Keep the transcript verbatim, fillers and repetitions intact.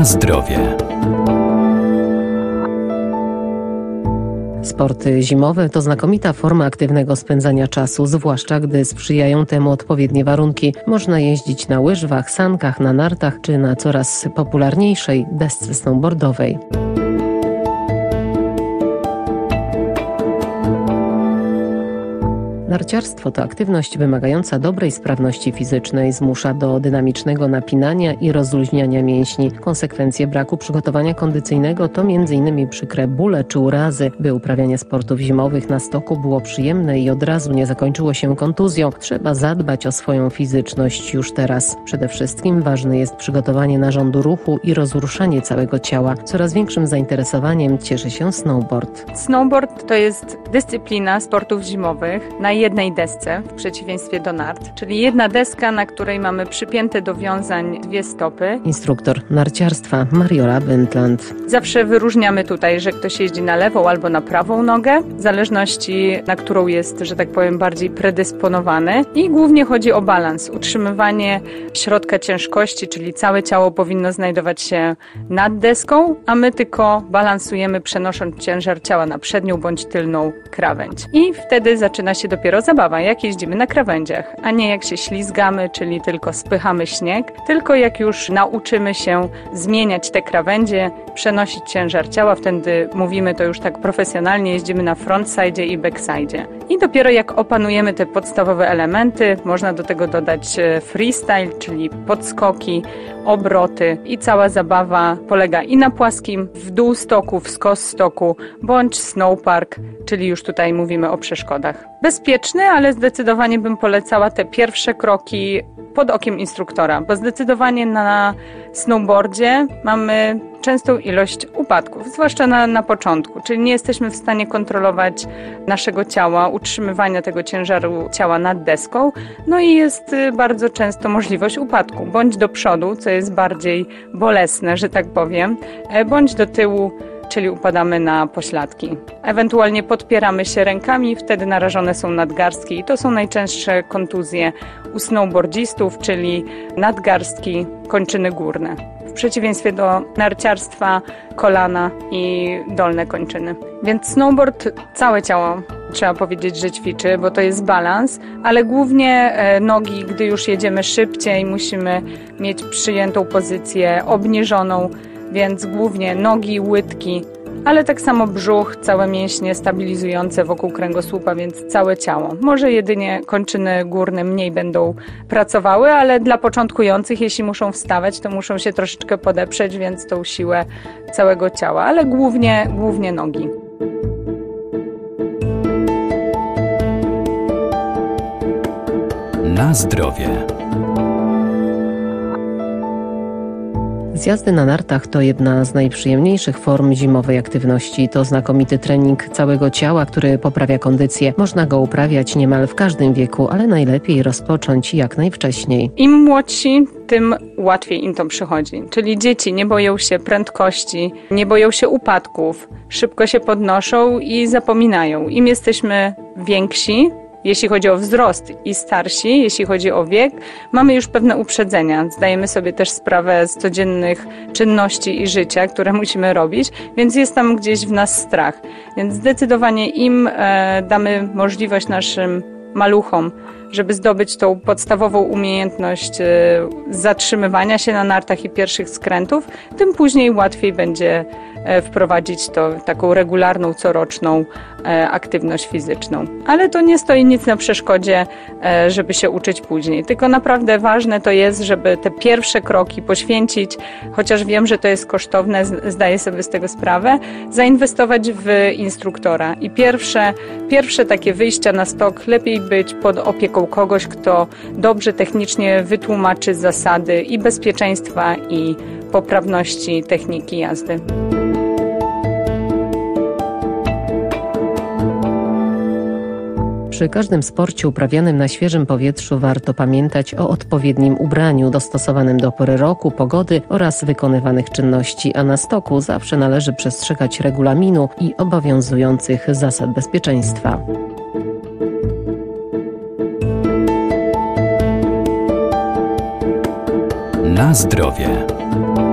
Na zdrowie. Sporty zimowe to znakomita forma aktywnego spędzania czasu, zwłaszcza gdy sprzyjają temu odpowiednie warunki. Można jeździć na łyżwach, sankach, na nartach czy na coraz popularniejszej desce snowboardowej. Narciarstwo to aktywność wymagająca dobrej sprawności fizycznej, zmusza do dynamicznego napinania i rozluźniania mięśni. Konsekwencje braku przygotowania kondycyjnego to między innymi przykre bóle czy urazy. By uprawianie sportów zimowych na stoku było przyjemne i od razu nie zakończyło się kontuzją, trzeba zadbać o swoją fizyczność już teraz. Przede wszystkim ważne jest przygotowanie narządu ruchu i rozruszanie całego ciała. Coraz większym zainteresowaniem cieszy się snowboard. Snowboard to jest dyscyplina sportów zimowych na jednej desce, w przeciwieństwie do nart, czyli jedna deska, na której mamy przypięte do wiązań dwie stopy. Instruktor narciarstwa Mariola Wendland. Zawsze wyróżniamy tutaj, że ktoś jeździ na lewą albo na prawą nogę, w zależności na którą jest, że tak powiem, bardziej predysponowany. I głównie chodzi o balans, utrzymywanie środka ciężkości, czyli całe ciało powinno znajdować się nad deską, a my tylko balansujemy, przenosząc ciężar ciała na przednią bądź tylną krawędź. I wtedy zaczyna się dopiero zabawa, jak jeździmy na krawędziach, a nie jak się ślizgamy, czyli tylko spychamy śnieg, tylko jak już nauczymy się zmieniać te krawędzie, przenosić ciężar ciała, wtedy mówimy to już tak profesjonalnie, jeździmy na frontside i backside. I dopiero jak opanujemy te podstawowe elementy, można do tego dodać freestyle, czyli podskoki, obroty i cała zabawa polega i na płaskim, w dół stoku, w skos stoku, bądź snowpark, czyli już tutaj mówimy o przeszkodach. Bezpieczny, ale zdecydowanie bym polecała te pierwsze kroki pod okiem instruktora, bo zdecydowanie na snowboardzie mamy częstą ilość upadków, zwłaszcza na, na początku, czyli nie jesteśmy w stanie kontrolować naszego ciała, utrzymywania tego ciężaru ciała nad deską, no i jest bardzo często możliwość upadku, bądź do przodu, co jest bardziej bolesne, że tak powiem, bądź do tyłu, czyli upadamy na pośladki. Ewentualnie podpieramy się rękami, wtedy narażone są nadgarstki i to są najczęstsze kontuzje u snowboardzistów, czyli nadgarstki, kończyny górne. W przeciwieństwie do narciarstwa, kolana i dolne kończyny. Więc snowboard całe ciało, trzeba powiedzieć, że ćwiczy, bo to jest balans, ale głównie nogi, gdy już jedziemy szybciej, musimy mieć przyjętą pozycję obniżoną, więc głównie nogi, łydki, ale tak samo brzuch, całe mięśnie stabilizujące wokół kręgosłupa, więc całe ciało. Może jedynie kończyny górne mniej będą pracowały, ale dla początkujących, jeśli muszą wstawać, to muszą się troszeczkę podeprzeć, więc tą siłę całego ciała, ale głównie, głównie nogi. Na zdrowie. Zjazdy na nartach to jedna z najprzyjemniejszych form zimowej aktywności. To znakomity trening całego ciała, który poprawia kondycję. Można go uprawiać niemal w każdym wieku, ale najlepiej rozpocząć jak najwcześniej. Im młodsi, tym łatwiej im to przychodzi. Czyli dzieci nie boją się prędkości, nie boją się upadków, szybko się podnoszą i zapominają. Im jesteśmy więksi, jeśli chodzi o wzrost, i starsi, jeśli chodzi o wiek, mamy już pewne uprzedzenia. Zdajemy sobie też sprawę z codziennych czynności i życia, które musimy robić, więc jest tam gdzieś w nas strach. Więc zdecydowanie im e, damy możliwość naszym maluchom, żeby zdobyć tą podstawową umiejętność e, zatrzymywania się na nartach i pierwszych skrętów, tym później łatwiej będzie e, wprowadzić to taką regularną, coroczną e, aktywność fizyczną. Ale to nie stoi nic na przeszkodzie, e, żeby się uczyć później. Tylko naprawdę ważne to jest, żeby te pierwsze kroki poświęcić, chociaż wiem, że to jest kosztowne, zdaję sobie z tego sprawę, zainwestować w instruktora. I pierwsze, pierwsze takie wyjścia na stok lepiej być pod opieką kogoś, kto dobrze technicznie wytłumaczy zasady i bezpieczeństwa, i poprawności techniki jazdy. Przy każdym sporcie uprawianym na świeżym powietrzu warto pamiętać o odpowiednim ubraniu dostosowanym do pory roku, pogody oraz wykonywanych czynności, a na stoku zawsze należy przestrzegać regulaminu i obowiązujących zasad bezpieczeństwa. Na zdrowie.